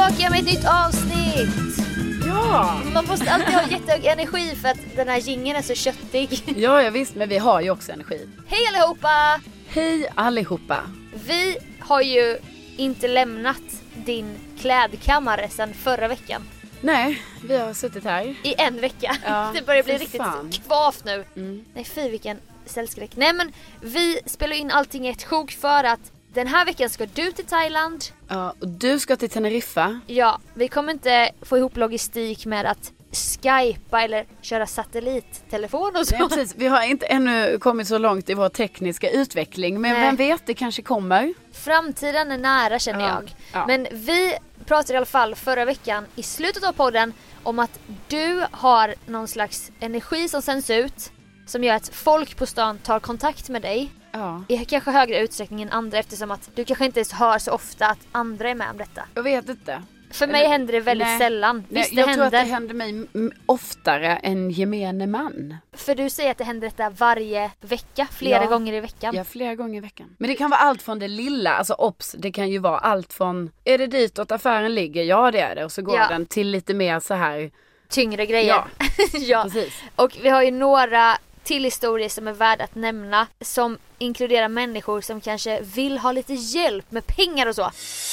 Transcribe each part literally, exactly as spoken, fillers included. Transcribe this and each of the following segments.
tillbaka med ett nytt avsnitt. Ja. Man måste alltid ha jättehög energi för att den här jingeln är så köttig. Ja, jag visst, men vi har ju också energi. Hej allihopa! Hej allihopa. Vi har ju inte lämnat din klädkammare sedan förra veckan. Nej, vi har suttit här I en vecka. Ja, det börjar bli för riktigt fan. kvavt nu. Mm. Nej, fy vilken sällskräck. Nej, men vi spelar in allting i ett sjok för att den här veckan ska du till Thailand. Ja, och du ska till Teneriffa. Ja, vi kommer inte få ihop logistik med att skypa eller köra satellittelefon och så. Nej, precis. Vi har inte ännu kommit så långt i vår tekniska utveckling. Men Nej. vem vet, det kanske kommer. Framtiden är nära, känner Ja, jag. ja. Men vi pratade i alla fall förra veckan i slutet av podden om att du har någon slags energi som sänds ut som gör att folk på stan tar kontakt med dig. Ja. I kanske högre utsträckning än andra, eftersom att du kanske inte hör så ofta att andra är med om detta. Jag vet inte. För mig Eller- händer det väldigt nej. sällan. Nej, Visst, jag det tror händer. att det händer mig m- oftare än gemene man. För du säger att det händer detta varje vecka, flera Ja. gånger i veckan. Ja, flera gånger i veckan. Men det kan vara allt från det lilla, alltså ops, det kan ju vara allt från, är det ditåt affären ligger? Ja, det är det. Och så går Ja. den till lite mer så här. Tyngre grejer. Ja, ja. precis. Och vi har ju några till historier som är värda att nämna, som inkluderar människor som kanske vill ha lite hjälp med pengar och så.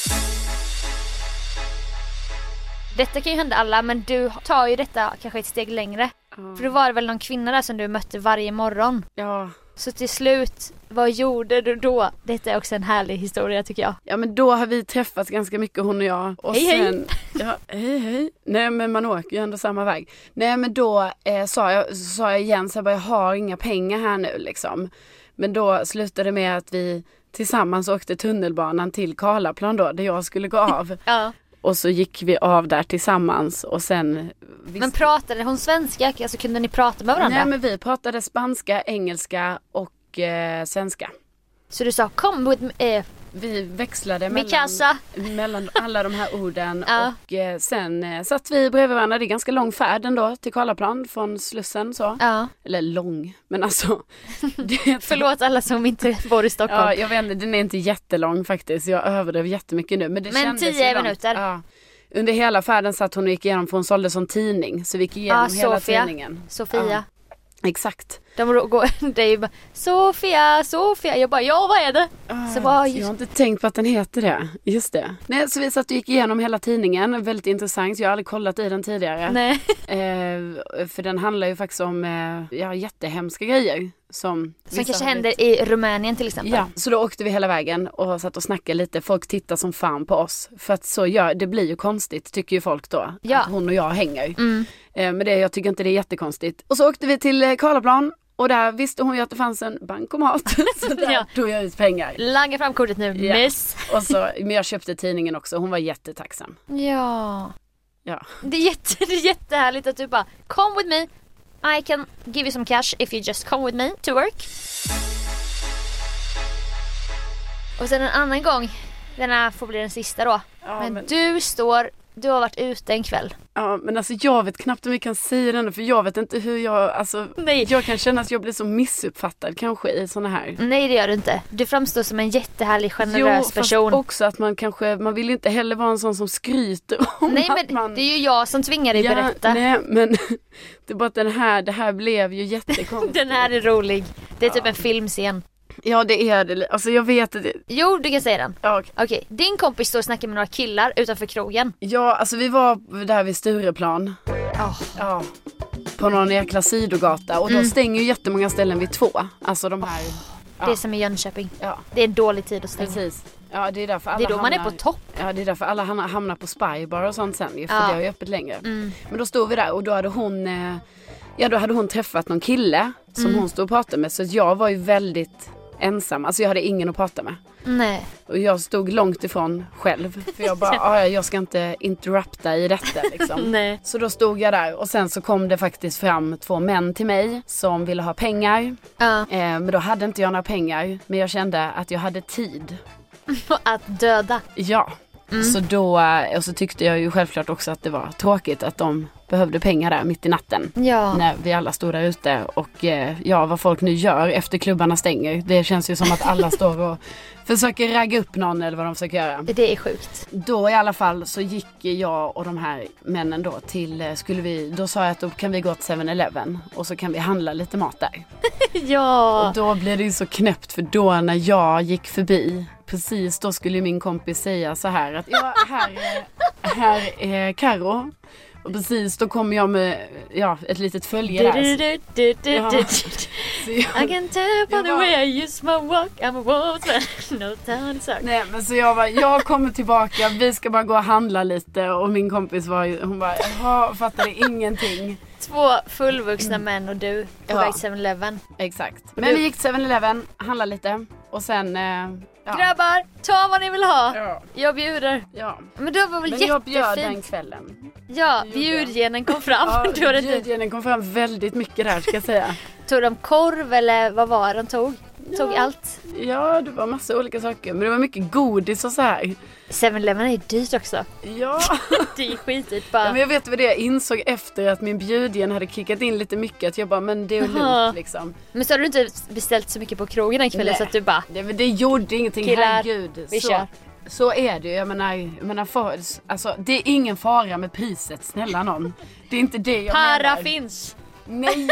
Detta kan ju hända alla, men du tar ju detta kanske ett steg längre. Ja. För det var väl någon kvinna där som du mötte varje morgon. Ja. Så till slut, vad gjorde du då? Detta är också en härlig historia, tycker jag. Ja, men då har vi träffats ganska mycket, hon och jag. Och Hej, hej. sen, ja, hej hej. Nej, men man åker ju ändå samma väg. Nej, men då eh, sa, jag, så sa jag igen så jag bara, jag har inga pengar här nu liksom. Men då slutade det med att vi tillsammans åkte tunnelbanan till Karlaplan då, där jag skulle gå av. Ja. Och så gick vi av där tillsammans och sen... Men pratade hon svenska? Alltså kunde ni prata med varandra? Nej, men vi pratade spanska, engelska och eh, svenska. Så du sa, kom with me, eh, Vi växlade mi mellan, casa. mellan alla de här orden. Ja. Och eh, sen eh, satt vi bredvid varandra. Det är ganska lång färd ändå till Karlaplan från Slussen så. Ja. Eller lång, men alltså... det, Förlåt alla som inte bor i Stockholm. Ja, jag vet inte, den är inte jättelång faktiskt. Jag överdrev jättemycket nu. Men, det Men kändes tio ju långt. minuter. Ja. Under hela färden satt hon och gick igenom, för hon sålde som tidning. Så vi gick igenom Ja, hela Sofia. tidningen. Sofia. Ja, exakt. De går, det är ju bara, Sofia, Sofia. Jag bara, ja vad är det? Ah, Så bara, jag har inte tänkt på att den heter det. Just det. Nej, så vi satt och gick igenom hela tidningen. Väldigt intressant. Jag har aldrig kollat i den tidigare. Nej. Eh, för den handlar ju faktiskt om eh, ja, jättehemska grejer. Som, Som kanske händer i Rumänien till exempel. Ja, så då åkte vi hela vägen och satt och snackade lite. Folk tittar som fan på oss. För att så gör, det blir ju konstigt tycker ju folk då. Ja. Att hon och jag hänger. Mm. Eh, men det, jag tycker inte det är jättekonstigt. Och så åkte vi till eh, Karlaplan. Och där visste hon ju att det fanns en bankomat. Så där Ja. tog jag ut pengar. Langa fram kortet nu, Ja. miss. Och så, men jag köpte tidningen också. Hon var jättetacksam. Ja. Ja. Det är, jätte, det är jättehärligt att du bara, come with me. I can give you some cash if you just come with me to work. Och sen en annan gång, den här får bli den sista då. Ja, men, men- du står, du har varit ute en kväll. Ja, men alltså jag vet knappt om vi kan säga det, för jag vet inte hur jag, alltså Nej. jag kan känna att jag blir så missuppfattad kanske i såna här. Nej, det gör du inte. Du framstår som en jättehärlig, generös fast person. också att man kanske, man vill ju inte heller vara en sån som skryter om Nej, att men man... det är ju jag som tvingar dig ja, berätta. Nej, men det är bara att den här, det här blev ju jättekonstigt. Den här är rolig. Det är typ Ja. en filmscen. Ja, det är det. Alltså jag vet att det... Jo, du kan säga den. Ja, okej. Okej, din kompis står och snackar med några killar utanför krogen. Ja, alltså vi var där vid Stureplan. Oh. Ja. På någon jäkla sidogata. Och Mm. de stänger ju jättemånga ställen vid två. Alltså de här... Ja. Det är som i Jönköping. Ja, Det är en dålig tid att stänga. precis. Ja, det är därför alla Det är då man är hamnar... på topp. Ja, det är därför alla hamnar hamnar på Spybar och sånt sen ju, för Ja. det har ju öppet längre. Mm. Men då stod vi där och då hade hon eh, ja, då hade hon träffat någon kille som Mm. hon stod och pratade med, så att jag var ju väldigt ensam. Alltså jag hade ingen att prata med. Nej. Och jag stod långt ifrån själv, för jag bara, "Ah, ja, jag ska inte interrupta i detta liksom." Nej. Så då stod jag där och sen så kom det faktiskt fram två män till mig som ville ha pengar. Ja. Eh, men då hade inte jag några pengar, men jag kände att jag hade tid. Att döda. Ja. Mm. Så då, och så tyckte jag ju självklart också att det var tråkigt att de behövde pengar där mitt i natten. Ja. När vi alla stod där ute och eh, ja, vad folk nu gör efter klubbarna stänger. Det känns ju som att alla står och försöker ragga upp någon eller vad de försöker göra. Det är sjukt. Då i alla fall så gick jag och de här männen då till, skulle vi, då sa jag att då kan vi gå till seven eleven och så kan vi handla lite mat där. Ja. Och då blev det ju så knäppt för då när jag gick förbi, precis då skulle min kompis säga så här att ja, här, här är Karo. Och precis då kommer jag med ja, ett litet följe där. Du, du, du, du, Ja. du. jag, I can tell by jag the bara- way I use my walk. I'm a woman. No time to suck. Nej men så jag bara, jag kommer tillbaka, vi ska bara gå och handla lite och min kompis var ju, hon bara, jaha, fattade ingenting. Två fullvuxna män och du på Ja. väg till seven eleven. Exakt. Och Men du- vi gick till seven eleven, handlade lite och sen, eh, ja. Grabbar, ta vad ni vill ha. Ja. Jag bjuder. Ja. Men det var väl Men jag bjöd den jättefint. kvällen. Ja, Det gjorde jag. bjudgenen kom fram. Ja, Du hade inte... bjudgenen kom fram väldigt mycket där ska jag säga. Tog de korv eller vad var de tog? Tog Ja. allt. Ja, det var massa olika saker. Men det var mycket godis och så här. seven eleven är dyrt också. Ja. Det är skitdyrt Ja, bara. men jag vet vad det jag insåg efter att min bjudgen hade kickat in lite mycket. Att jag bara, men det är ju Jaha. lugnt liksom. Men så har du inte beställt så mycket på krogen den kvällen Nej. så att du bara, Det, men det gjorde ingenting, Killar, herregud. vi så, kör. så är det ju. Jag menar, jag menar för, alltså, det är ingen fara med priset, snälla någon. Det är inte det jag para menar. finns. Nej,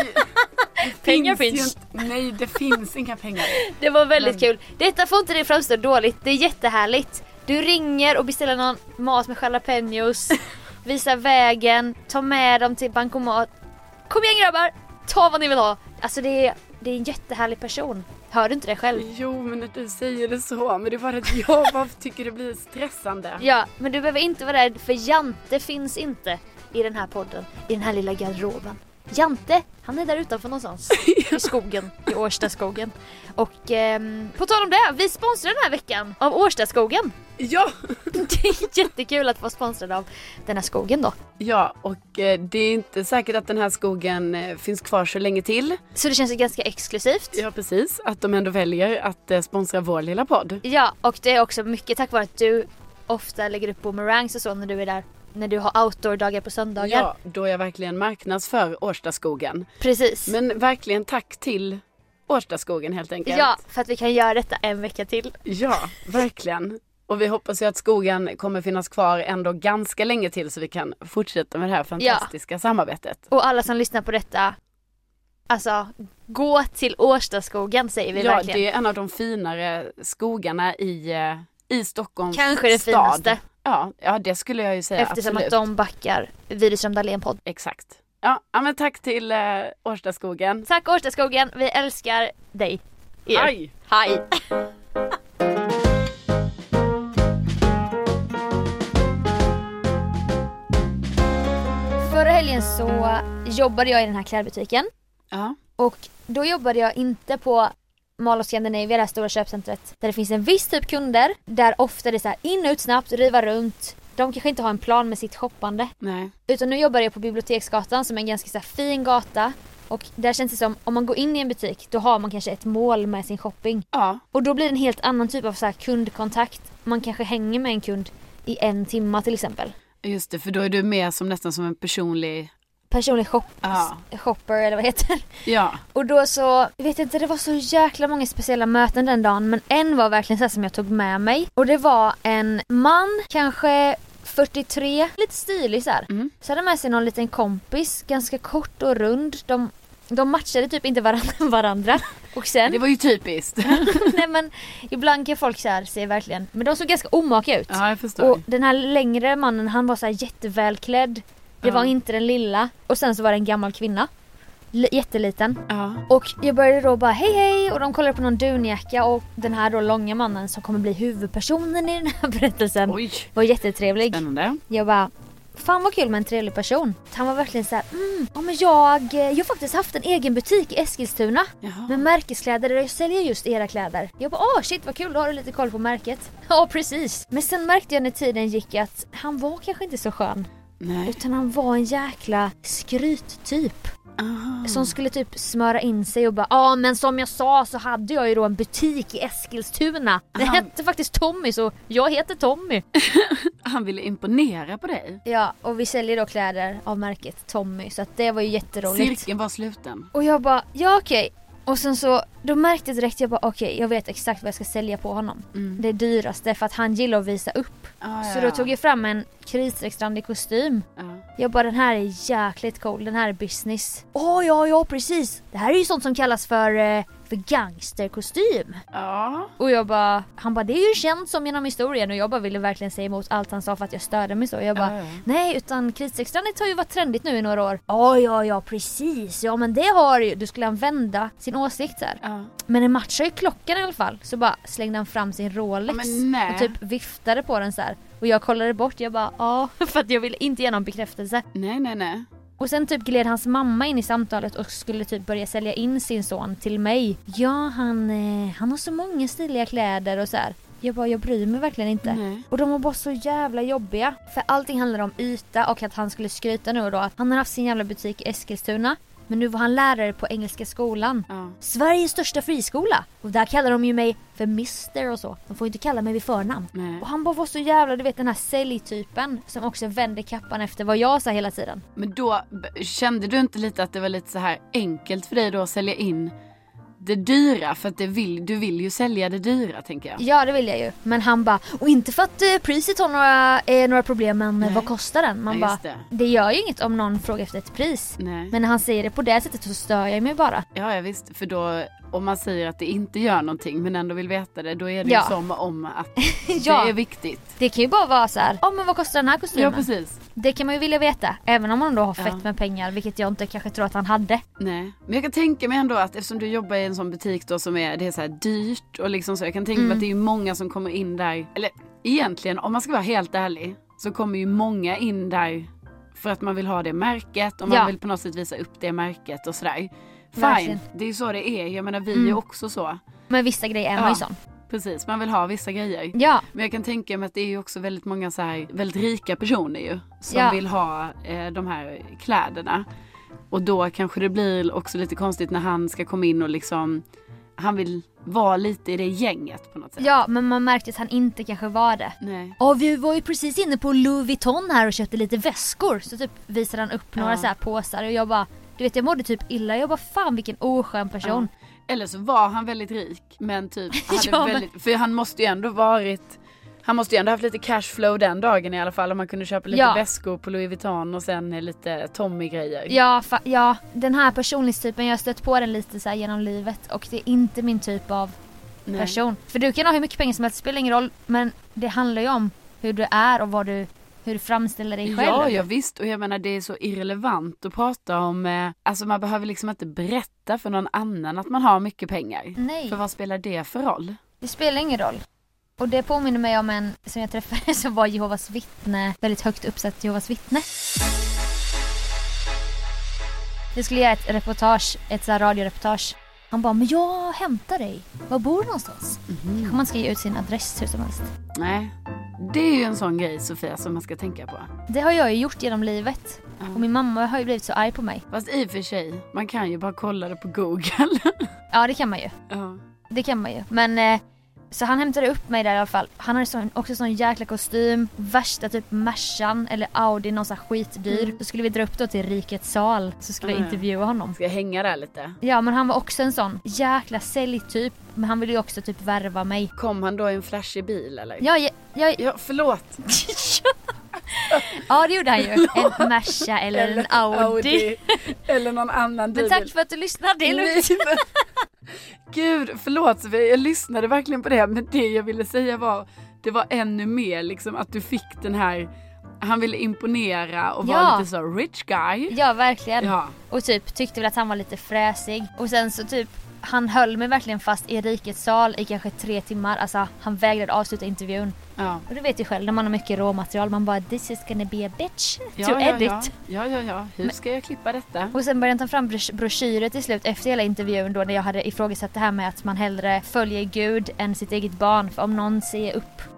det Pengar finns. finns. Ju inte, nej, det finns inga pengar. Det var väldigt Men- kul. Detta får inte det framstå dåligt. Det är jättehärligt. Du ringer och beställer någon mat med jalapenos. Visar vägen. Ta med dem till bankomat. Kom igen grabbar. Ta vad ni vill ha. Alltså det är, det är en jättehärlig person. Hör du inte det själv? Jo, men när du säger det så, men det är bara att jag bara tycker det blir stressande. Ja, men du behöver inte vara rädd för Jante finns inte i den här podden. I den här lilla garderoben. Jante, han är där utanför någonstans. I skogen, i Årstaskogen. Och ehm, på tal om det, vi sponsrar den här veckan av Årstaskogen. Ja! Det är jättekul att vara sponsrad av den här skogen då. Ja, och eh, det är inte säkert att den här skogen eh, finns kvar så länge till. Så det känns ju ganska exklusivt. Ja, precis. Att de ändå väljer att eh, sponsra vår lilla podd. Ja, och det är också mycket tack vare att du ofta lägger upp boomerangs och så när du är där. När du har outdoor-dagar på söndagar. Ja, då jag verkligen marknadsför Årstaskogen. Precis. Men verkligen tack till Årstaskogen helt enkelt. Ja, för att vi kan göra detta en vecka till. Ja, verkligen. Och vi hoppas ju att skogen kommer finnas kvar ändå ganska länge till så vi kan fortsätta med det här fantastiska samarbetet. Och alla som lyssnar på detta, alltså gå till Årstaskogen säger vi Ja, verkligen. det är en av de finare skogarna i, eh, i Stockholms Kanske det stad. finaste. Ja, ja, det skulle jag ju säga. Eftersom absolut. att de backar Widerström Dahlén-podd. Exakt. Ja, ja, men tack till eh, Årstaskogen. Tack Årstaskogen, vi älskar dig. Er. Hej! Hej! Förra helgen så jobbade jag i den här klädbutiken. Ja. Och då jobbade jag inte på Mall of Scandinavia, det här stora köpcentret. Där det finns en viss typ kunder. Där ofta det är så här in ut snabbt, riva runt. De kanske inte har en plan med sitt shoppande. Nej. Utan nu jobbar jag på Biblioteksgatan som är en ganska så här fin gata. Och där känns det som, om man går in i en butik, då har man kanske ett mål med sin shopping. Ja. Och då blir det en helt annan typ av så här kundkontakt. Man kanske hänger med en kund i en timma till exempel. Just det, för då är du med som nästan som en personlig... Personlig shop- Ja. shopper eller vad heter det? Ja. Och då så, jag vet inte, det var så jäkla många speciella möten den dagen. Men en var verkligen så här som jag tog med mig. Och det var en man, kanske fyrtiotre, lite stilig så här. Mm. Så hade med sig någon liten kompis, ganska kort och rund. De, de matchade typ inte varandra. varandra. Och sen, Det var ju typiskt. nej men ibland kan folk så här se verkligen. Men de såg ganska omaka ut. Ja, jag förstår. Och den här längre mannen, han var så här jättevälklädd. Det var Ja. inte den lilla. Och sen så var det en gammal kvinna. L- jätteliten. Ja. Och jag började då bara hej hej. Och de kollade på någon dunjacka. Och den här då långa mannen som kommer bli huvudpersonen i den här berättelsen Oj, var jättetrevlig. spännande. Jag bara, fan vad kul med en trevlig person. Han var verkligen så här, mm, ja men jag, jag har faktiskt haft en egen butik i Eskilstuna. Jaha. Med märkeskläder där jag säljer just era kläder. Jag bara, åh shit vad kul, då har du lite koll på märket. Ja precis. Men sen märkte jag när tiden gick att han var kanske inte så skön. Nej. Utan han var en jäkla skryttyp. Aha. Som skulle typ smöra in sig och bara, ja ah, men som jag sa så hade jag ju då en butik i Eskilstuna. Det Aha. hette faktiskt Tommy, så jag heter Tommy. Han ville imponera på dig. Ja, och vi säljer då kläder av märket Tommy, så att det var ju jätteroligt. Cirkeln var sluten. Och jag bara, ja okej. Och sen så, då märkte jag direkt, jag bara okej, okay, jag vet exakt vad jag ska sälja på honom. Mm. Det dyraste, för att han gillar att visa upp. Ah, så ja, då ja. tog jag fram en kritstrecksrandig kostym. Ja. Jag bara, den här är jäkligt cool, den här är business. Åh oh, ja, ja precis. Det här är ju sånt som kallas för, eh, för gangsterkostym. Ja. Och jag bara, han bara, det är ju känt som genom historien. Och jag bara ville verkligen säga emot allt han sa för att jag störde mig så. Jag bara, Ja, ja. nej utan kritstrecksrandigt har ju varit trendigt nu i några år. Ja, ja, ja precis. Ja men det har ju, du skulle han vända sin åsikt där. Ja. Men det matchar ju klockan i alla fall. Så bara slängde han fram sin Rolex Ja, men nej. och typ viftade på den så här. Och jag kollade bort, jag bara, ja, för att jag ville inte ge någon bekräftelse. Nej, nej, nej. Och sen typ gled hans mamma in i samtalet och skulle typ börja sälja in sin son till mig. Ja, han, eh, han har så många stiliga kläder och så här. Jag bara, jag bryr mig verkligen inte. Nej. Och de var bara så jävla jobbiga. För allting handlar om yta och att han skulle skryta nu och då. Han har haft sin jävla butik i Eskilstuna. Men nu var han lärare på Engelska skolan. Ja. Sveriges största friskola. Och där kallar de ju mig för mister och så. De får inte kalla mig vid förnamn. Nej. Och han bara var så jävla, du vet den här säljtypen som också vänder kappan efter vad jag sa hela tiden. Men då b- kände du inte lite att det var lite så här enkelt för dig då att sälja in det dyra? För att det vill, du vill ju sälja det dyra, tänker jag. Ja, det vill jag ju. Men han bara, och inte för att eh, priset har några, eh, några problem, men Nej. vad kostar den? Man Ja, bara, just det. det. gör ju inget om någon frågar efter ett pris. Nej. Men när han säger det på det sättet så stör jag mig bara. Ja, ja visst. För då, om man säger att det inte gör någonting men ändå vill veta det, då är det Ja. ju som om att Ja. det är viktigt. Det kan ju bara vara så här, ja men vad kostar den här kostymen? Ja, precis. Det kan man ju vilja veta, även om man då har fett Ja. med pengar, vilket jag inte kanske tror att han hade. Nej. Men jag kan tänka mig ändå att eftersom du jobbar i en sån butik då som är, det är så här dyrt och liksom så, jag kan tänka mig Mm. att det är ju många som kommer in där, eller egentligen om man ska vara helt ärlig så kommer ju många in där för att man vill ha det märket och man Ja. vill på något sätt visa upp det märket och sådär. Fine, Verkligen. det är ju så det är. Jag menar vi Mm. är också så. Men vissa grejer är Ja. man ju sån. Precis, man vill ha vissa grejer. Ja, Men jag kan tänka mig att det är ju också väldigt många så här väldigt rika personer ju som Ja. vill ha eh, de här kläderna. Och då kanske det blir också lite konstigt när han ska komma in och liksom, han vill vara lite i det gänget på något sätt. ja, men man märkte att han inte kanske var det. Nej. Och vi var ju precis inne på Louis Vuitton här och köpte lite väskor. Så typ visade han upp några Ja. så här påsar och jag bara, du vet jag mådde typ illa. Jag bara, fan vilken oskön person. Ja. Eller så var han väldigt rik men typ hade Ja, men- väldigt, för han måste ju ändå varit, han måste ju ändå haft lite cashflow den dagen i alla fall, om man kunde köpa lite Ja. väskor på Louis Vuitton och sen lite Tommy-grejer. Ja, fa- ja, den här personlighetstypen, jag har stött på den lite så här genom livet. Och det är inte min typ av Nej. person. För du kan ha hur mycket pengar som helst, det spelar ingen roll. Men det handlar ju om hur du är och vad du, hur du framställer dig själv. Ja, ja visst, och jag menar det är så irrelevant att prata om, eh, alltså man behöver liksom inte berätta för någon annan att man har mycket pengar. Nej. För vad spelar det för roll? Det spelar ingen roll. Och det påminner mig om en som jag träffade som var Jehovas vittne, väldigt högt uppsatt Jehovas vittne. Jag skulle göra ett reportage, ett så här radioreportage. Han bara, men jag hämtar dig. Var bor du någonstans? Mm. Kanske man ska ge ut sin adress hur som helst. Nej, det är ju en sån grej Sofia som man ska tänka på. Det har jag ju gjort genom livet. Ja. Och min mamma har ju blivit så arg på mig. Fast i och för sig, man kan ju bara kolla det på Google. Ja, det kan man ju. Ja. Det kan man ju. Men eh, så han hämtade upp mig där i alla fall. Han hade sån, också sån jäkla kostym. Värsta typ Mercan eller Audi, någon sån här skitdyr. Mm. Så skulle vi dra upp då till Rikets sal. Så skulle jag Mm. intervjua honom. Ska jag hänga där lite? Ja, men han var också en sån jäkla säljtyp. Men han ville ju också typ värva mig. Kom han då i en flashig bil eller? Ja, ja, ja, Ja, förlåt. ja det gjorde han ju. En Merca eller, en Audi. Eller någon annan Men tack för att du lyssnade. Det är lugnt. Nej, men- Gud, förlåt Sofia, jag lyssnade verkligen på det. Men det jag ville säga var, det var ännu mer liksom att du fick den här, han ville imponera och vara Ja. lite så rich guy. Ja, verkligen. Ja. Och typ tyckte väl att han var lite fräsig. Och sen så typ, han höll mig verkligen fast i Rikets sal i kanske tre timmar. Alltså han vägrade avsluta intervjun. Ja. Och du vet ju själv, när man har mycket råmaterial, man bara, this is gonna be a bitch to Ja, ja, edit. ja. ja, ja, ja. Hur ska jag klippa detta? Och sen började han ta fram bros- broschyrer till slut efter hela intervjun då, när jag hade ifrågasatt det här med att man hellre följer Gud än sitt eget barn. För om någon ser upp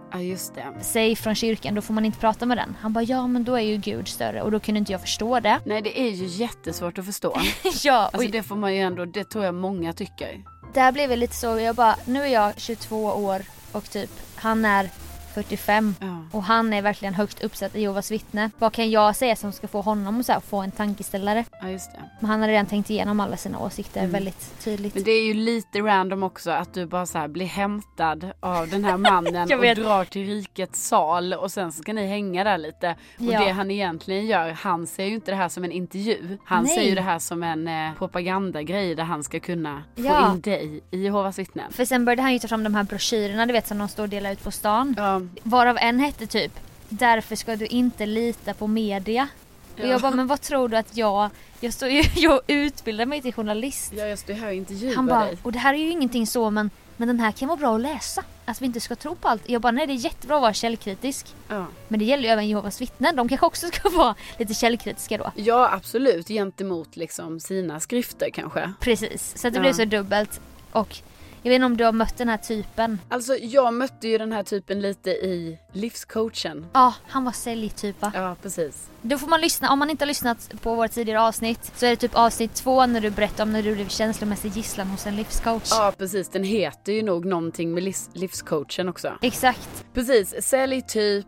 Ja, just det. Säg från kyrkan, då får man inte prata med den. Han bara, ja men då är ju Gud större och då kunde inte jag förstå det. Nej, det är ju jättesvårt att förstå. Ja. Alltså det får man ju ändå, det tror jag många tycker. Där blev det lite så, jag bara, nu är jag tjugotvå år och typ, han är fyrtiofem Ja. och han är verkligen högt uppsatt i Jehovas vittne. Vad kan jag säga som ska få honom att så här, få en tankeställare? Ja, just det. Men han har redan tänkt igenom alla sina åsikter Mm. väldigt tydligt. Men det är ju lite random också att du bara så här blir hämtad av den här mannen Jag och vet. drar till rikets sal och sen ska ni hänga där lite. Och Ja. det han egentligen gör, han ser ju inte det här som en intervju. Han Nej. ser ju det här som en eh, propagandagrej där han ska kunna Ja. få in dig i Jehovas vittnen. För sen började han ju ta fram de här broschyrerna, du vet, som de står och delar ut på stan. Ja. Varav en hette typ, därför ska du inte lita på media. Och Ja. jag bara, men vad tror du att jag, jag står ju, jag utbildar mig till journalist. Ja, just det, här intervjuar Han bara, dig. och det här är ju ingenting så, men, men den här kan vara bra att läsa. Att vi inte ska tro på allt. Jag bara, nej det är jättebra att vara källkritisk. Ja. Men det gäller ju även Jehovas vittnen. De kanske också ska vara lite källkritiska då. Ja, absolut. Gentemot liksom sina skrifter kanske. Precis, så att det Ja. blir så dubbelt. Och jag vet inte om du har mött den här typen. Alltså jag mötte ju den här typen lite i livscoachen. Ja, han var säljtyp va? Ja, precis. Då får man lyssna, om man inte har lyssnat på våra tidigare avsnitt så är det typ avsnitt två när du berättar om när du blev känslomässig gisslan hos en livscoach. Ja, precis. Den heter ju nog någonting med livs- livscoachen också. Exakt. Precis. Säljtyp,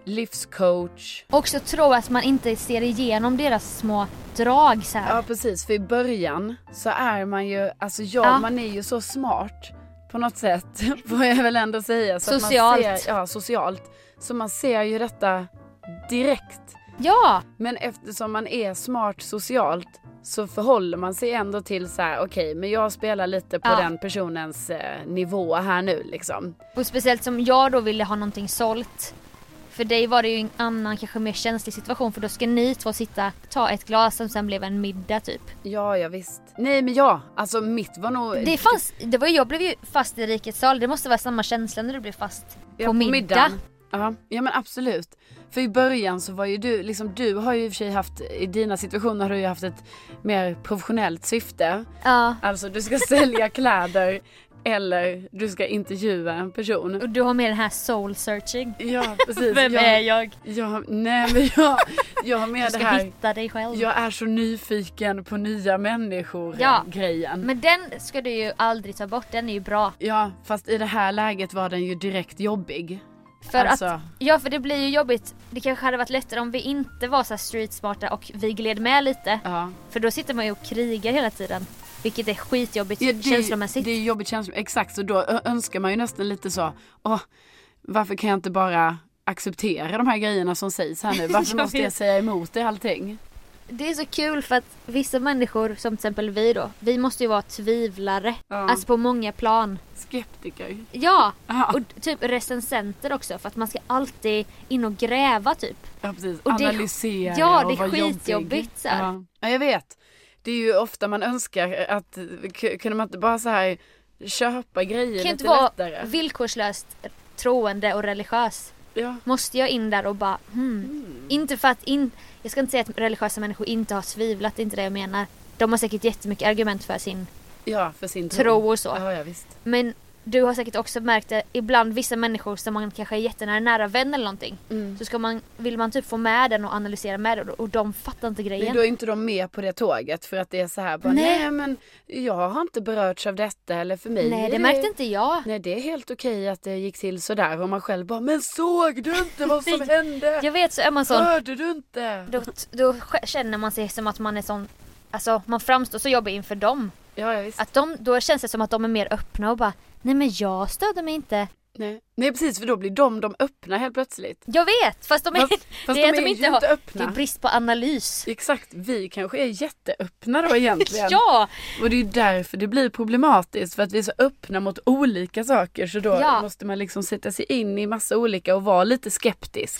livscoach. Också tro att man inte ser igenom deras små drag så här. Ja, precis. För i början så är man ju, alltså ja, Ja. man är ju så smart på något sätt, får jag väl ändå säga. Så Socialt. Att man ser, ja, socialt. Så man ser ju detta direkt. Ja, Men eftersom man är smart socialt så förhåller man sig ändå till så här, okej, men jag spelar lite på Ja. den personens eh, nivå här nu liksom. och speciellt som jag då ville ha någonting sålt. För dig var det ju en annan, kanske mer känslig situation, för då ska ni två sitta, ta ett glas som sen blev en middag typ. Ja, ja visst. Nej, men ja, alltså mitt var nog... Det fanns, det var, jag blev ju fast i rikets sal, det måste vara samma känsla när du blev fast Ja, på middag. middagen. Ja, ja men absolut. För i början så var ju du, liksom du har ju i och för sig haft, i dina situationer har du ju haft ett mer professionellt syfte. Ja, Alltså du ska sälja kläder eller du ska intervjua en person. och du har med den här soul searching. Ja, precis. Vem jag, är jag? jag? Nej, men jag, jag har Du med ska det här. hitta dig själv. Jag är så nyfiken på nya människor, Ja. grejen. Men den ska du ju aldrig ta bort, den är ju bra. Ja, fast i det här läget var den ju direkt jobbig. För Alltså. att, ja för det blir ju jobbigt. Det kanske hade varit lättare om vi inte var så här streetsmarta och vi gled med lite. Ja. För då sitter man ju och krigar hela tiden. Vilket är skitjobbigt Ja, det, känslomässigt. det är jobbigt känslomässigt, exakt. Så då ö- önskar man ju nästan lite så, åh, varför kan jag inte bara acceptera de här grejerna som sägs här nu? Varför Jag måste jag vet. säga emot i allting? Det är så kul för att vissa människor, som till exempel vi då, vi måste ju vara tvivlare. Ja. Alltså på många plan. Skeptiker. Ja, Ja, och typ recensenter också. För att man ska alltid in och gräva typ. ja precis. och det är- Analysera ja, och det är vara skitjobbigt, jobbig. så här. Ja. Ja, jag vet. Det är ju ofta man önskar att, k- kunde man inte bara så här köpa grejer Kan lite inte vara lättare? villkorslöst troende och religiös. Ja. Måste jag in där och bara hmm. Mm. Inte för att in, jag ska inte säga att religiösa människor inte har tvivlat, det är inte det jag menar. De har säkert jättemycket argument för sin Ja, för sin tro. tro och så. Ja, ja, visst. Men du har säkert också märkt det, ibland vissa människor som man kanske är jättenära nära vän eller någonting. Mm. Så ska man, vill man typ få med den och analysera med den, och de fattar inte Nej, grejen. då är inte de med på det tåget för att det är så här bara, Nej. nej men jag har inte berörts av detta eller för mig. Nej, är det märkte inte jag. Nej, det är helt okej att det gick till sådär och man själv bara, men såg du inte vad som hände? Jag vet, så är man sån, Hörde du inte? då, då känner man sig som att man är sån, alltså man framstår så jobbig inför dem. Ja, ja visst. Att de, då känns det som att de är mer öppna och bara, nej men jag stödde mig inte. Nej. nej, precis, för då blir de de öppna helt plötsligt. Jag vet, fast de är, Fast, fast det de är att är de ju inte inte har, öppna. det är brist på analys. Exakt, vi kanske är jätteöppna då egentligen. Ja, Och det är ju därför det blir problematiskt, för att vi är så öppna mot olika saker, så då Ja. måste man liksom sätta sig in i massa olika och vara lite skeptisk.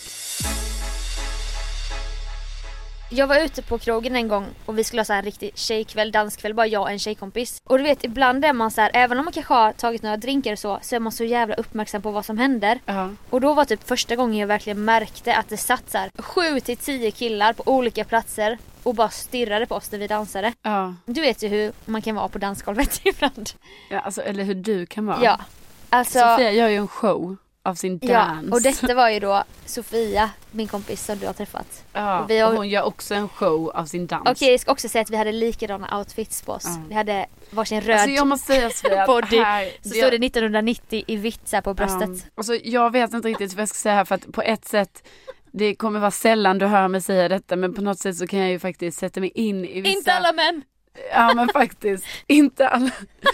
jag var ute på krogen en gång och vi skulle ha så här en riktig tjejkväll, danskväll, bara jag och en tjejkompis. Och du vet, ibland är man så här, även om man kanske har tagit några drinkar och så, så är man så jävla uppmärksam på vad som händer. Ja. Och då var typ första gången jag verkligen märkte att det satt så här sju till tio killar på olika platser och bara stirrade på oss när vi dansade. Ja. Du vet ju hur man kan vara på dansgolvet ibland. Ja, alltså, eller hur du kan vara. Ja, alltså Sofia gör ju en show. av sin dans. Ja, och detta var ju då Sofia, min kompis som du har träffat. Ja, och vi har... och hon gör också en show av sin dans. Okej, jag ska också säga att vi hade likadana outfits på oss. Ja. Vi hade varsin röd alltså jag måste säga Sofia, body. här, så stod det nittonhundranittio i vitt så här på bröstet. Um, alltså jag vet inte riktigt vad jag ska säga här, för att på ett sätt, det kommer vara sällan du hör mig säga detta, men på något sätt så kan jag ju faktiskt sätta mig in i vissa... Inte alla män! Ja men faktiskt, inte alla.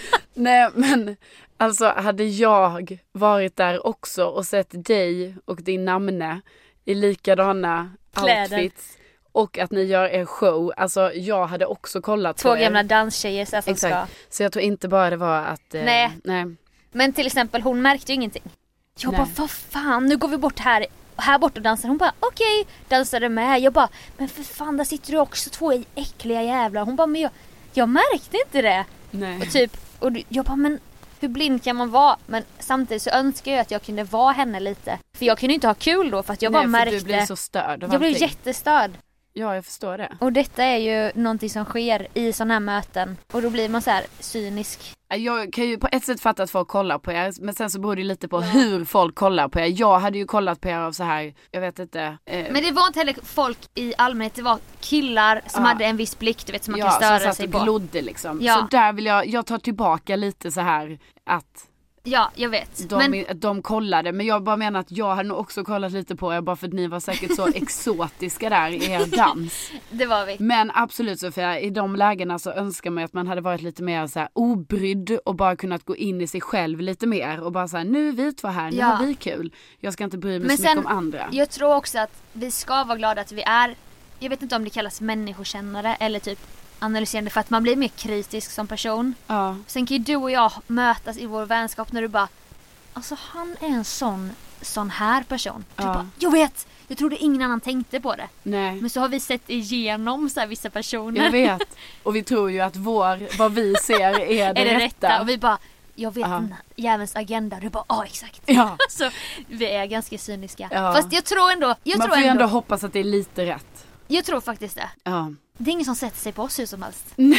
Nej men alltså hade jag varit där också och sett dig och din namne i likadana kläder, outfits och att ni gör er show, alltså jag hade också kollat två på er. Två gamla danstjejer så som Exakt. ska. Så jag tror inte bara det var att... Eh, nej. nej. Men till exempel hon märkte ju ingenting. Jag nej. bara, vad fan, nu går vi bort här här bort och dansar. Hon bara, okej, okay, dansade med. Jag bara, men för fan, där sitter du också två äckliga jävlar. Hon bara, men jag, jag märkte inte det. Nej. Och typ, och jag bara, men hur blind kan man vara? Men samtidigt så önskar jag att jag kunde vara henne lite. För jag kunde inte ha kul då, för att jag nej, bara märkte. Nej, för du blir så störd. Jag blev jättestörd. Ja, jag förstår det. Och detta är ju någonting som sker i sådana här möten. Och då blir man så här cynisk. Jag kan ju på ett sätt fatta att folk kollar på er, men sen så beror det lite på ja. hur folk kollar på er. Jag hade ju kollat på er av så här, jag vet inte. Eh. Men det var inte heller folk i allmänhet, det var killar som ja. hade en viss blick, du vet, som man ja, kan störa som sig satt på. och glodde liksom. Ja. Så där vill jag, jag tar tillbaka lite så här att... Ja, jag vet. De, men... de kollade, men jag bara menar att jag hade nog också kollat lite på er bara för att ni var säkert så exotiska där i er dans. Det var vi. Men absolut Sofia, i de lägena så önskar man att man hade varit lite mer så här obrydd och bara kunnat gå in i sig själv lite mer och bara så här, nu är vi två här, nu ja. har vi kul. Jag ska inte bry mig men så sen, mycket om andra. Jag tror också att vi ska vara glada att vi är, jag vet inte om det kallas människokännare eller typ analyserande, för att man blir mer kritisk som person. Ja. Sen kan ju du och jag mötas i vår vänskap när du bara, alltså han är en sån sån här person. Ja. Bara, jag vet, jag trodde ingen annan tänkte på det. Nej. Men så har vi sett igenom så här vissa personer. Jag vet. Och vi tror ju att vår, vad vi ser är det, är det rätta. rätta. Och vi bara, jag vet ja. den jävelns agenda. Du bara, ja exakt. Ja. Så vi är ganska cyniska. Ja. Fast jag tror ändå. Jag Man tror får ju ändå ändå hoppas att det är lite rätt. Jag tror faktiskt det. Ja. Det är ingen som sätter sig på oss hur som helst. Nej.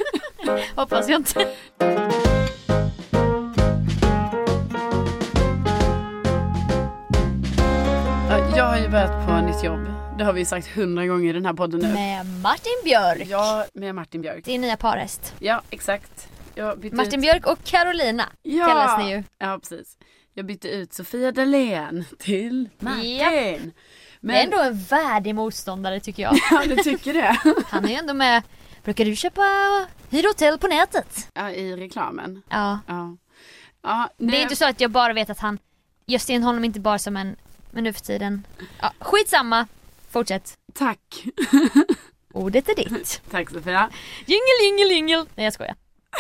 Hoppas jag inte. Jag har ju börjat på ett nytt jobb. Det har vi sagt hundra gånger i den här podden nu. Med Martin Björk. Ja, med Martin Björk. Det är nya parhäst. Ja, exakt. Jag Martin ut... Björk och Carolina ja. kallas ni ju. Ja, precis. Jag bytte ut Sofia Dalén till Martin. Ja. Men... Det är ändå en värdig motståndare tycker jag. Ja, du tycker det. Han är ju ändå med. Brukar du köpa hyrhotell på nätet? Ja, i reklamen. Ja. Ja. Ja, det är inte så att jag bara vet att han, jag ser honom inte bara som en, men nu för tiden. Ja, skitsamma. Fortsätt. Tack. Ordet är ditt. Tack Sofia. Jingel, jingel, jingel. Nej, jag skojar.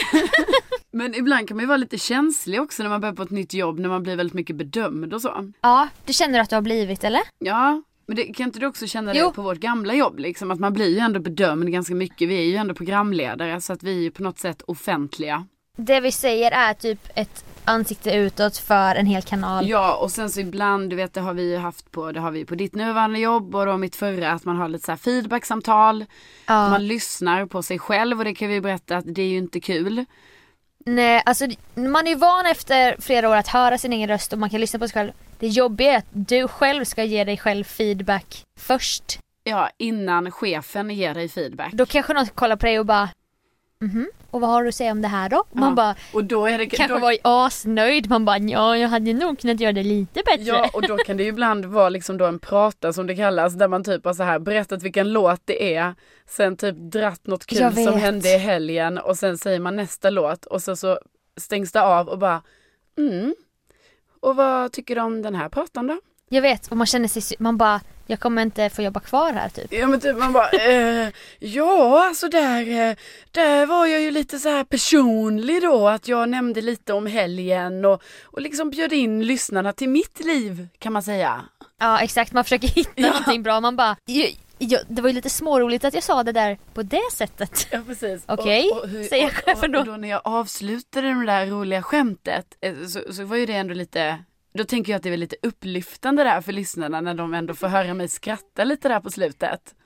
Men ibland kan man ju vara lite känslig också när man börjar på ett nytt jobb, när man blir väldigt mycket bedömd och så. Ja, det känner du att du har blivit, eller? Ja, men det, kan inte du också känna jo. det på vårt gamla jobb liksom, att man blir ju ändå bedömd ganska mycket. Vi är ju ändå programledare så att vi är ju på något sätt offentliga. Det vi säger är typ ett ansikte utåt för en hel kanal. Ja, och sen så ibland, du vet, det har vi ju haft på, det har vi på ditt nuvarande jobb och då mitt förra, att man har lite så här feedbacksamtal. Ja. Man lyssnar på sig själv och det kan vi berätta att det är ju inte kul. Nej, alltså man är ju van efter flera år att höra sin egen röst och man kan lyssna på sig själv. Det jobbiga är att du själv ska ge dig själv feedback först. Ja, innan chefen ger dig feedback. Då kanske någon kollar på dig och bara mhm, och vad har du att säga om det här då? Man ja. bara, och då är det, kanske då... var asnöjd. Man bara, ja, jag hade nog kunnat göra det lite bättre. Ja, och då kan det ju ibland vara liksom då en prata som det kallas, där man typ har så här berättat vilken låt det är, sen typ dratt något kul som hände i helgen och sen säger man nästa låt och så, så stängs det av och bara mm. Och vad tycker du om den här pratan då? Jag vet, och man känner sig, man bara, jag kommer inte få jobba kvar här typ. Ja men typ man bara, eh, ja alltså där, eh, där var jag ju lite så här personlig då, att jag nämnde lite om helgen och, och liksom bjöd in lyssnarna till mitt liv kan man säga. Ja exakt, man försöker hitta ja. någonting bra, man bara, jag, jag, det var ju lite småroligt att jag sa det där på det sättet. Ja precis. Okej, okay, säger chefen då. Och, och då när jag avslutade det där roliga skämtet så, så var ju det ändå lite... Då tänker jag att det är lite upplyftande där för lyssnarna när de ändå får höra mig skratta lite där på slutet.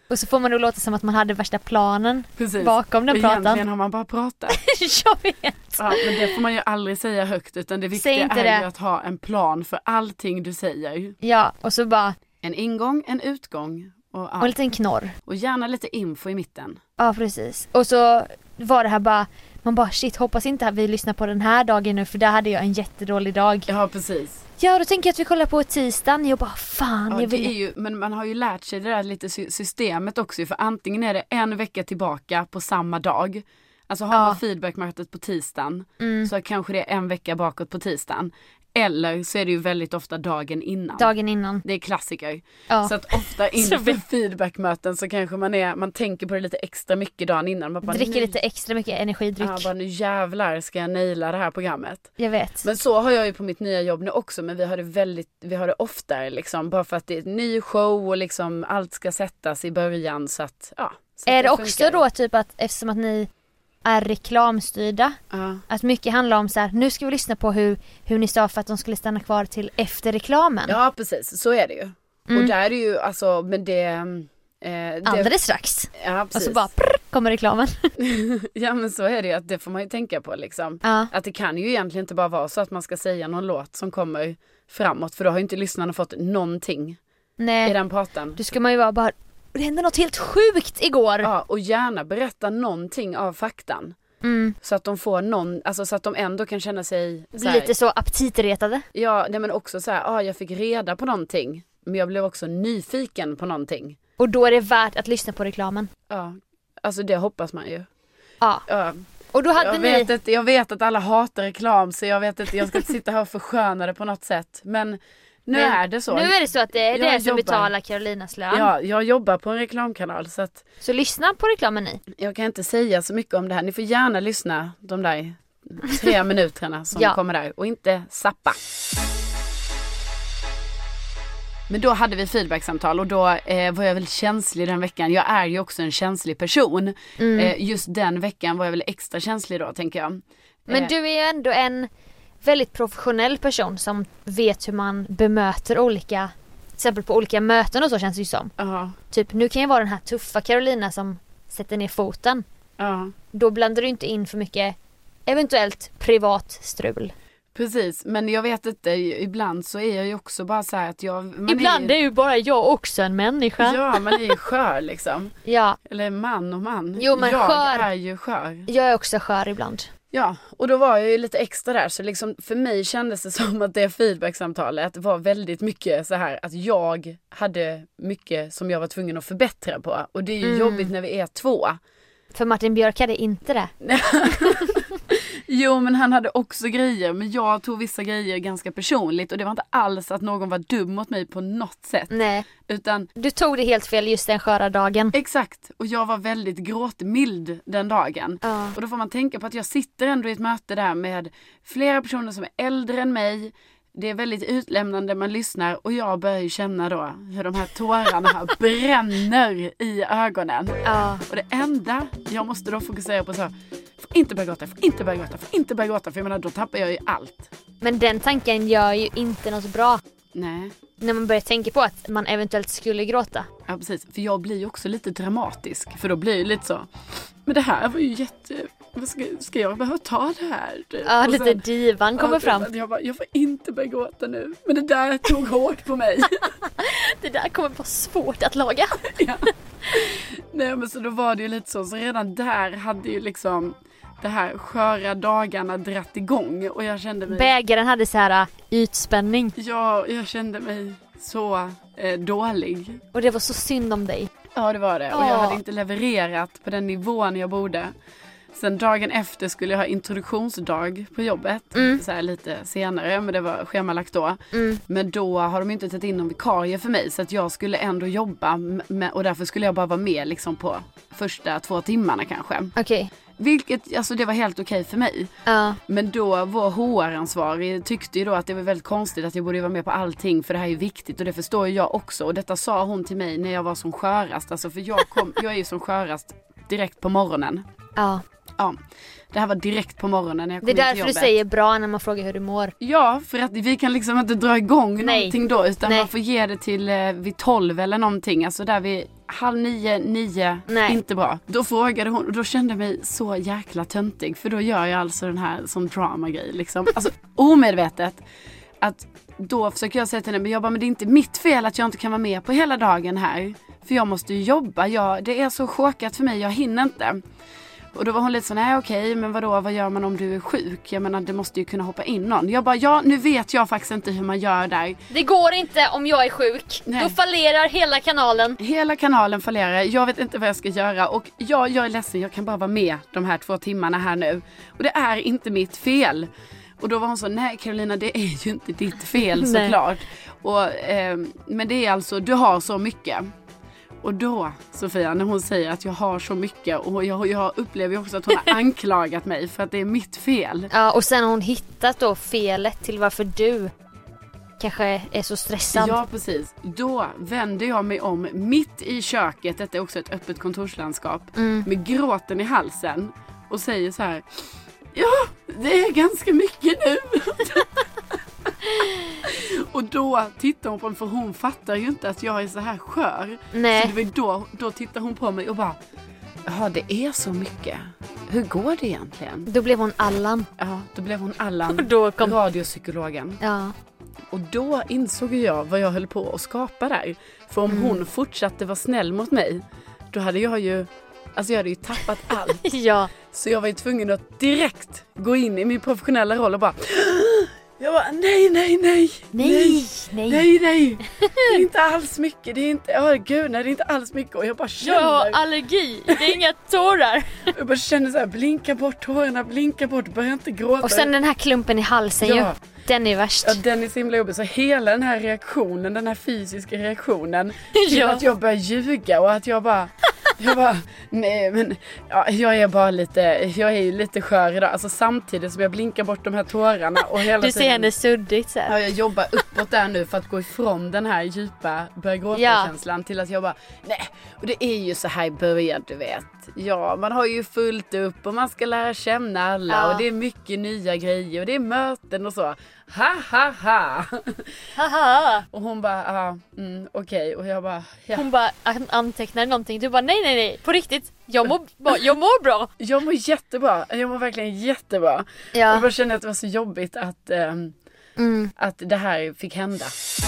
Och så får man då låta som att man hade värsta planen. Precis. Bakom den och pratan. Egentligen har man bara pratat. Jag vet. Ja, men det får man ju aldrig säga högt, utan det viktiga är det. ju att ha en plan för allting du säger. Ja, och så bara... En ingång, en utgång. Och, ja. Och en liten knorr. Och gärna lite info i mitten. Ja, precis. Och så var det här bara... Man bara, shit, hoppas inte att vi lyssnar på den här dagen nu, för där hade jag en jättedålig dag. Ja, precis. Ja, då tänker jag att vi kollar på tisdagen. Jag bara, fan. Ja, jag vill... det är ju, men man har ju lärt sig det där lite systemet också. För antingen är det en vecka tillbaka på samma dag. Alltså har man ja. feedbackmötet på tisdagen mm. så kanske det är en vecka bakåt på tisdagen. Eller så är det ju väldigt ofta dagen innan. Dagen innan. Det är klassiker. Ja. Så att ofta inför feedbackmöten så kanske man är, man tänker på det lite extra mycket dagen innan. Man bara, dricker nu... lite extra mycket energidryck. Ja, bara nu jävlar ska jag naila det här programmet. Jag vet. Men så har jag ju på mitt nya jobb nu också, men vi har det väldigt, vi har det oftare liksom. Bara för att det är en ny show och liksom allt ska sättas i början så att, ja. Så är att det, det också då typ att eftersom att ni är reklamstyrda. Uh. Att mycket handlar om så här, nu ska vi lyssna på hur, hur ni sa för att de skulle stanna kvar till efter reklamen. Ja, precis. Så är det ju. Mm. Och där är det ju, alltså, men det... Eh, det... Alldeles strax. Ja, precis. Och så bara prr, kommer reklamen. Ja, men så är det ju, att det får man ju tänka på liksom. Uh. Att det kan ju egentligen inte bara vara så att man ska säga någon låt som kommer framåt. För då har ju inte lyssnarna fått någonting. Nej. I den pratan. Då ska man ju vara bara... Det hände något helt sjukt igår. Ja, och gärna berätta någonting av faktan. Mm. Så att de får någon, alltså så att de ändå kan känna sig så här, lite så aptitretade. Ja, nej, men också så här, ja, ah, jag fick reda på någonting, men jag blev också nyfiken på någonting. Och då är det värt att lyssna på reklamen. Ja, alltså det hoppas man ju. Ja. Ja. Och då hade jag, ni... vet att, jag vet att alla hatar reklam, så jag vet att jag ska inte sitta här och försköna det på något sätt, men nu men, är det så. Nu är det så att det är jag det som jobbar. betalar Carolinas lön. Ja, jag jobbar på en reklamkanal. Så, att så lyssna på reklamen ni. Jag kan inte säga så mycket om det här. Ni får gärna lyssna de där tre minuterna som ja. kommer där. Och inte sappa. Men då hade vi feedbacksamtal och då eh, var jag väl känslig den veckan. Jag är ju också en känslig person. Mm. Eh, just den veckan var jag väl extra känslig då, tänker jag. Men eh. du är ju ändå en... väldigt professionell person som vet hur man bemöter olika, till exempel på olika möten och så, känns det ju som. Uh-huh. Typ, nu kan jag vara den här tuffa Carolina som sätter ner foten. Uh-huh. Då blandar du inte in för mycket eventuellt privat strul. Precis, men jag vet inte, ibland så är jag ju också bara så här att jag... Man ibland är ju... är ju bara jag också en människa. Ja, man är ju skör liksom. Ja. Eller man och man. Jo, men jag skör. är ju skör. Jag är också skör ibland. Ja, och då var jag ju lite extra där, så liksom för mig kändes det som att det feedbacksamtalet var väldigt mycket så här att jag hade mycket som jag var tvungen att förbättra på. Och det är ju mm. jobbigt när vi är två. För Martin Björk hade inte det. Jo, men han hade också grejer, men jag tog vissa grejer ganska personligt och det var inte alls att någon var dum mot mig på något sätt. Nej, utan du tog det helt fel just den sköra dagen. Exakt, och jag var väldigt gråtmild den dagen. Ja. Och då får man tänka på att jag sitter ändå i ett möte där med flera personer som är äldre än mig. Det är väldigt utlämnande, man lyssnar och jag börjar ju känna då hur de här tårarna bränner i ögonen. Ja. Och det enda jag måste då fokusera på så här, får inte börja gråta, får inte börja gråta, får inte börja gråta, för jag menar, då tappar jag ju allt. Men den tanken gör ju inte något bra. Nej. När man börjar tänka på att man eventuellt skulle gråta. Ja, precis. För jag blir ju också lite dramatisk. För då blir det lite så, men det här var ju jätte... Ska, ska jag behöva ta det här? Ja, och lite sen, divan kommer ja, fram. Jag, bara, jag får inte börja gråta nu. Men det där tog hårt på mig. Det där kommer vara svårt att laga. Ja. Nej, men så då var det ju lite så. Så redan där hade ju liksom det här sköra dagarna dratt igång. Och jag kände mig... Bägaren hade så här uh, utspänning. Ja, jag kände mig så eh, dålig. Och det var så synd om dig. Ja, det var det. Och jag hade inte levererat på den nivån jag borde. Sen dagen efter skulle jag ha introduktionsdag på jobbet. Mm. Så här lite senare, men det var schemalagt då. Mm. Men då har de inte tagit in någon vikarie för mig. Så att jag skulle ändå jobba. Med, och därför skulle jag bara vara med liksom på första två timmarna kanske. Okej. Okay. Vilket, alltså det var helt okej för mig. Uh. Men då vår H R-ansvarig tyckte ju då att det var väldigt konstigt att jag borde vara med på allting, för det här är ju viktigt och det förstår jag också. Och detta sa hon till mig när jag var som skörast. Alltså för jag, kom, jag är ju som skörast direkt på morgonen. Ja. Uh. Ja, det här var direkt på morgonen när jag kom Det är in till därför jobbet. du säger bra när man frågar hur du mår. Ja, för att vi kan liksom inte dra igång Nej. någonting då, utan Nej. man får ge det till eh, vid tolv eller någonting. Alltså där vi halv nio, nio, Nej. inte bra. Då frågade hon och då kände jag mig så jäkla töntig. För då gör jag alltså den här som drama-grej liksom. Alltså omedvetet. Att då försöker jag säga till henne, men jag bara, men det är inte mitt fel att jag inte kan vara med på hela dagen här. För jag måste ju jobba, jag, det är så chockat för mig, jag hinner inte. Och då var hon lite så, nej okej, men vadå, vad gör man om du är sjuk? Jag menar, det måste ju kunna hoppa in någon. Jag bara, ja, nu vet jag faktiskt inte hur man gör där. Det går inte om jag är sjuk. Nej. Då fallerar hela kanalen. Hela kanalen fallerar, jag vet inte vad jag ska göra. Och ja, jag är ledsen, jag kan bara vara med de här två timmarna här nu. Och det är inte mitt fel. Och då var hon så, nej Carolina, det är ju inte ditt fel såklart. Och, eh, men det är alltså, du har så mycket. Och då, Sofia, när hon säger att jag har så mycket och jag, jag upplever ju också att hon har anklagat mig för att det är mitt fel. Ja, och sen har hon hittat då felet till varför du kanske är så stressad. Ja, precis. Då vänder jag mig om mitt i köket, detta är också ett öppet kontorslandskap, mm. med gråten i halsen och säger så här, ja, det är ganska mycket nu. Och då tittar hon på mig, för hon fattar ju inte att jag är så här skör. Nej. Så det var då, då tittar hon på mig och bara, ja, det är så mycket. Hur går det egentligen? Då blev hon Allan. Ja, då blev hon Allan, och då kom... radiopsykologen. Ja. Och då insåg jag vad jag höll på att skapa där. För om mm. hon fortsatte vara snäll mot mig, då hade jag ju, alltså jag hade ju tappat allt. Ja. Så jag var ju tvungen att direkt gå in i min professionella roll och bara, jag bara, nej, nej, nej, nej, nej, nej, nej, det är inte alls mycket, det är inte, ja gud, nej, det är inte alls mycket. Och jag bara känner, jag har allergi, det är inga tårar. Jag bara känner så här, blinka bort tårarna, blinka bort, börja inte gråta. Och sen den här klumpen i halsen, ja. ju, den är värst. Ja, den är så himla jobbig. Så hela den här reaktionen, den här fysiska reaktionen till ja. att jag börjar ljuga och att jag bara, jag bara, nej men ja, jag är bara lite, jag är ju lite skör idag. Alltså samtidigt som jag blinkar bort de här tårarna och hela du ser tiden, henne suddigt så här. Ja, jag jobbar uppåt där nu för att gå ifrån den här djupa börja gråta-känslan ja. till att jag bara, nej, och det är ju så här i början, du vet. Ja, man har ju fullt upp och man ska lära känna alla ja. och det är mycket nya grejer och det är möten och så. Ha ha ha. Haha. Och hon bara, ja, mm, okej. Okay. Och jag bara, ja. Hon bara antecknar någonting. Du bara, nej, nej, nej. På riktigt, jag mår, jag mår bra. Jag mår jättebra. Jag mår verkligen jättebra. Ja. Jag bara kände att det var så jobbigt att, um, mm. att det här fick hända.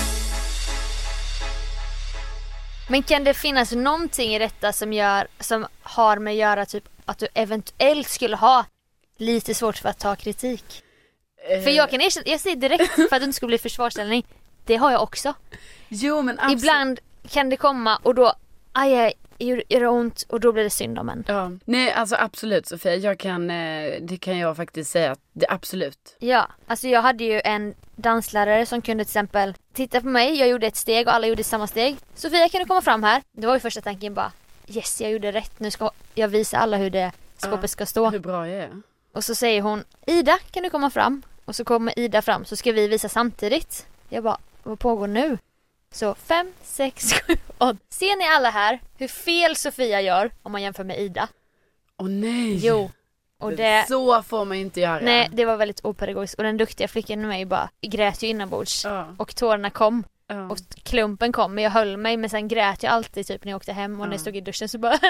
Men kan det finnas någonting i detta som gör, som har med att göra typ att du eventuellt skulle ha lite svårt för att ta kritik? För jag kan erkänna, jag säger direkt för att du inte skulle bli försvarsställning. Det har jag också. Jo, men absolut. Ibland kan det komma och då aj, aj, gör det ont och då blir det synd om en. Ja. Nej, alltså absolut Sofia. Jag kan, det kan jag faktiskt säga att det absolut. Ja, alltså jag hade ju en danslärare som kunde till exempel titta på mig. Jag gjorde ett steg och alla gjorde samma steg. Sofia, kan du komma fram här? Det var ju första tanken bara, yes, jag gjorde rätt. Nu ska jag visa alla hur det skåpet ja, ska stå. Hur bra jag är. Och så säger hon, Ida, kan du komma fram? Och så kommer Ida fram, så ska vi visa samtidigt. Jag bara, vad pågår nu? Så fem, sex, sju, åtta. Ser ni alla här hur fel Sofia gör om man jämför med Ida? Åh nej! Jo. Och det, så får man inte göra. Nej, det var väldigt opedagogiskt. Och den duktiga flickan med mig bara grät ju inombords. Ja. Och tårarna kom. Ja. Och klumpen kom, men jag höll mig. Men sen grät jag alltid typ när jag åkte hem. Och ja. när jag stod i duschen så bara...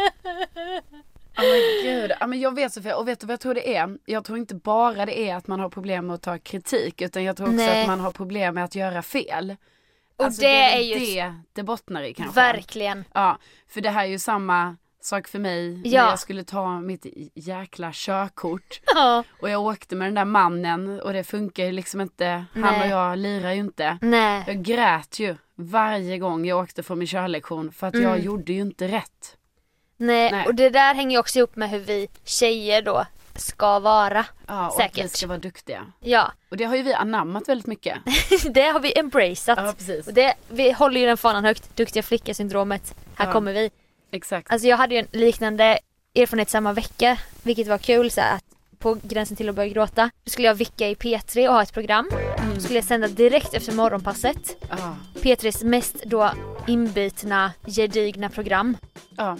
Ja oh men gud, ja, men jag vet Sofia, och vet du vad jag tror det är? Jag tror inte bara det är att man har problem med att ta kritik, utan jag tror också Nej. att man har problem med att göra fel. Och alltså, det, det är, är ju det det bottnar i kanske. Verkligen. Ja, för det här är ju samma sak för mig ja. när jag skulle ta mitt jäkla körkort. Ja. Och jag åkte med den där mannen och det funkar ju liksom inte. Nej. Han och jag lirar ju inte. Nej. Jag grät ju varje gång jag åkte från min körlektion för att mm. jag gjorde ju inte rätt. Nej, Nej, och det där hänger ju också ihop med hur vi tjejer då ska vara. Ja, och säkert. att vi ska vara duktiga. Ja. Och det har ju vi anammat väldigt mycket. Det har vi embraceat. Ja, precis. Och det, vi håller ju den fanan högt. Duktiga flicka-syndromet. Här ja. kommer vi. Exakt. Alltså jag hade ju en liknande erfarenhet samma vecka. Vilket var kul så här, att på gränsen till att börja gråta. Då skulle jag vicka i P tre och ha ett program. Mm. Då skulle jag sända direkt efter morgonpasset. Ah. P tres mest då inbitna, gedigna program. Ja.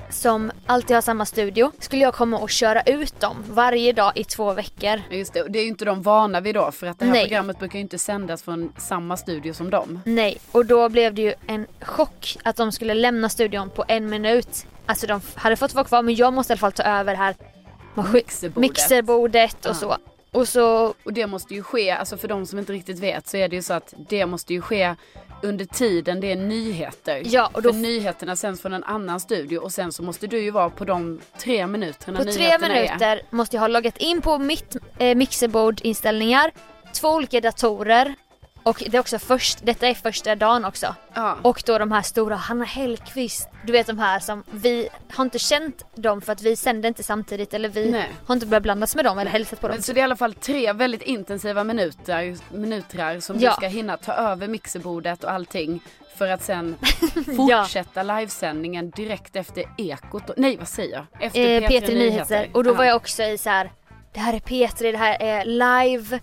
som alltid har samma studio, skulle jag komma och köra ut dem varje dag i två veckor. Just det, det är ju inte de vana vid då, för att det här Nej. programmet brukar ju inte sändas från samma studio som dem. Nej, och då blev det ju en chock att de skulle lämna studion på en minut. Alltså de hade fått vara kvar, men jag måste i alla fall ta över här maskin- Mixerbordet. mixerbordet och Ja. så. Och så Och det måste ju ske, alltså för de som inte riktigt vet så är det ju så att det måste ju ske under tiden det är nyheter. Ja, och då för nyheterna sänds från en annan studio och sen så måste du ju vara på de tre minuterna på tre nyheterna minuter är. måste jag ha loggat in på mitt eh, mixerbordinställningar, två olika datorer. Och det är också först, detta är första dagen också. Ja. Och då de här stora, Hanna Hellqvist, du vet de här som vi har inte känt dem för att vi sände inte samtidigt, eller vi Nej. har inte börjat blandas med dem eller hälsat på dem. Men så det är i alla fall tre väldigt intensiva minuter, minuter som Ja. du ska hinna ta över mixerbordet och allting för att sen fortsätta livesändningen direkt efter Ekot. Nej, vad säger jag? Efter eh, P tre, P tre Nyheter. Och då Ja. var jag också i så här: det här är P tre, det här är live.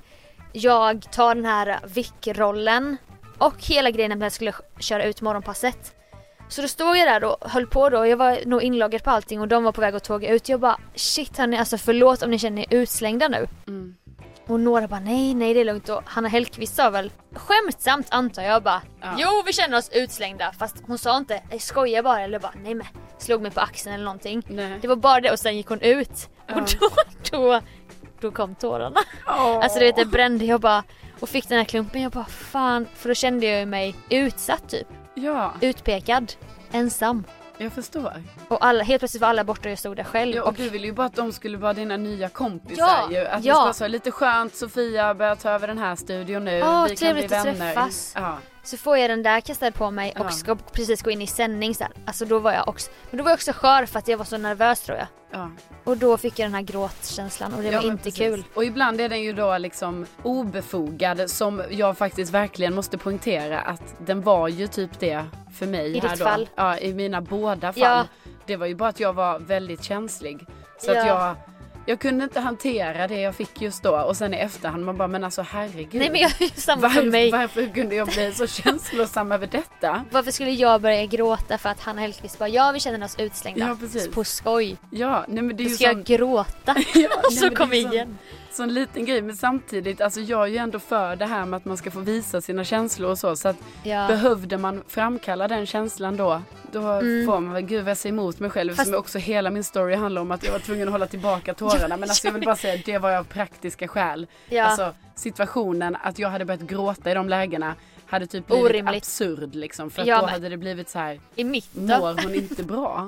Jag tar den här V I C-rollen och hela grejen när jag skulle köra ut morgonpasset. Så då stod jag där och höll på då. Jag var nog inloggad på allting och de var på väg att tåga ut. Jag bara, shit hörni, alltså förlåt om ni känner er utslängda nu. Mm. Och några bara, nej, nej det är lugnt. Och Hanna Hellqvist sa väl, skämtsamt antar jag bara, Ja. jo vi känner oss utslängda. Fast hon sa inte, jag skojar bara, eller bara, nej men, slog mig på axeln eller någonting. Nej. Det var bara det och sen gick hon ut. Ja. Och då, då, då kom tårarna. Åh. Alltså du vet, det brände, jag bara, och fick den här klumpen, jag bara, fan. För då kände jag mig utsatt typ, Ja, utpekad, ensam. jag förstår. Och alla, helt plötsligt var alla borta och jag stod där själv. Ja, och och du ville ju bara att de skulle vara dina nya kompisar Ja, ju. Att ja. det ska vara så lite skönt, Sofia börjar ta över den här studion nu. Ja, vi kan bli trevligt att vänner. träffas. Ja. så får jag den där kastad på mig och Ja. ska precis gå in i sändning så här. Alltså då var jag också, men då var jag också skör för att jag var så nervös tror jag. Ja. Och då fick jag den här gråtkänslan och det Ja, var men inte precis. kul. Och ibland är den ju då liksom obefogad, som jag faktiskt verkligen måste poängtera att den var ju typ det för mig I här ditt då. fall? Ja, i mina båda fall. Ja. Det var ju bara att jag var väldigt känslig. Så Ja. att jag, jag kunde inte hantera det jag fick just då. Och sen i efterhand man bara, men alltså herregud. Nej men jag är ju samma varför, för mig. varför kunde jag bli så känslosam över detta? Varför skulle jag börja gråta för att Hanna Hellqvist bara, ja vi känner oss utslängda. Ja, precis. På skoj. Ja, nej men det är Då ju ska sån... jag gråta. Ja, Och nej, så men det kom är sån- igen. sån liten grej, men samtidigt, alltså jag är ju ändå för det här med att man ska få visa sina känslor och så, så att Ja. behövde man framkalla den känslan då, då Mm. får man väl, gud vad jag säger emot mig själv, Fast- eftersom också hela min story handlar om att jag var tvungen att hålla tillbaka tårarna, men alltså jag vill bara säga att det var av praktiska skäl. Ja. Alltså situationen att jag hade börjat gråta i de lägena hade typ blivit Orimligt. absurd liksom, för att Ja, då men- hade det blivit så här, I mitten. mår hon inte bra?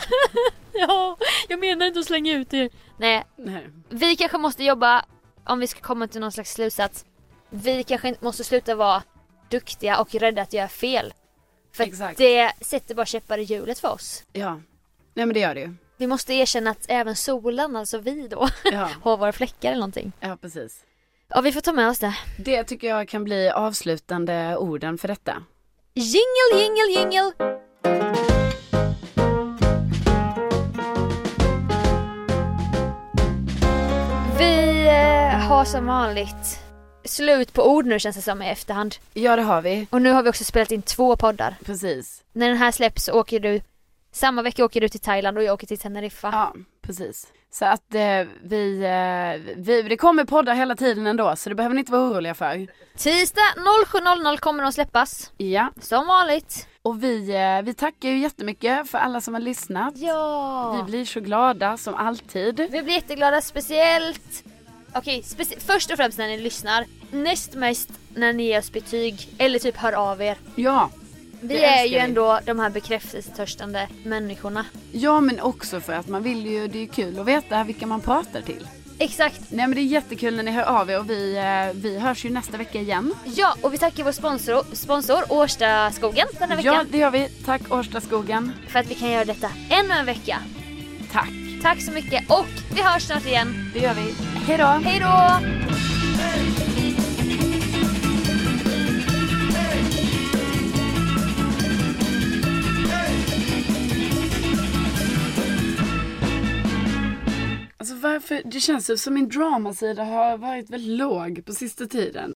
Ja, jag menar inte att slänga ut det. Nej, Nej. vi kanske måste jobba, om vi ska komma till någon slags slutsats. Vi kanske inte måste sluta vara duktiga och rädda att göra fel. För Exakt. det sätter bara käppar i hjulet för oss. Ja, nej men det gör det ju. Vi måste erkänna att även solen, alltså vi då, Ja, har våra fläckar eller någonting. ja precis. Ja, vi får ta med oss det. Det tycker jag kan bli avslutande orden för detta. Jingle, jingle, jingle! Vi eh, har som vanligt slut på ord nu känns det som i efterhand. Ja, det har vi. Och nu har vi också spelat in två poddar. Precis. När den här släpps så åker du, samma vecka åker du till Thailand och jag åker till Teneriffa. Ja, precis. Så att eh, vi, eh, vi, det kommer poddar hela tiden ändå, så det behöver ni inte vara oroliga för. Tisdag sju noll noll kommer de släppas. Ja, Som vanligt. och vi, eh, vi tackar ju jättemycket för alla som har lyssnat. Ja. Vi blir så glada som alltid. Vi blir jätteglada, speciellt. Okej, speci- först och främst när ni lyssnar. Näst mest när ni ger oss betyg eller typ hör av er. Ja, Vi det är älskar ju vi. ändå de här bekräftelsetörstande människorna. ja, men också för att man vill ju, det är ju kul att veta vilka man pratar till. Exakt. Nej, men det är jättekul när ni hör av er och vi, eh, vi hörs ju nästa vecka igen. Ja, och vi tackar vår sponsor, sponsor Årstaskogen denna Ja, veckan. det gör vi. Tack Årstaskogen. För att vi kan göra detta ännu en vecka. Tack. Tack så mycket och vi hörs snart igen. Det gör vi. Hej då. Hej då! Alltså varför, det känns ju som min dramasida har varit väldigt låg på sista tiden.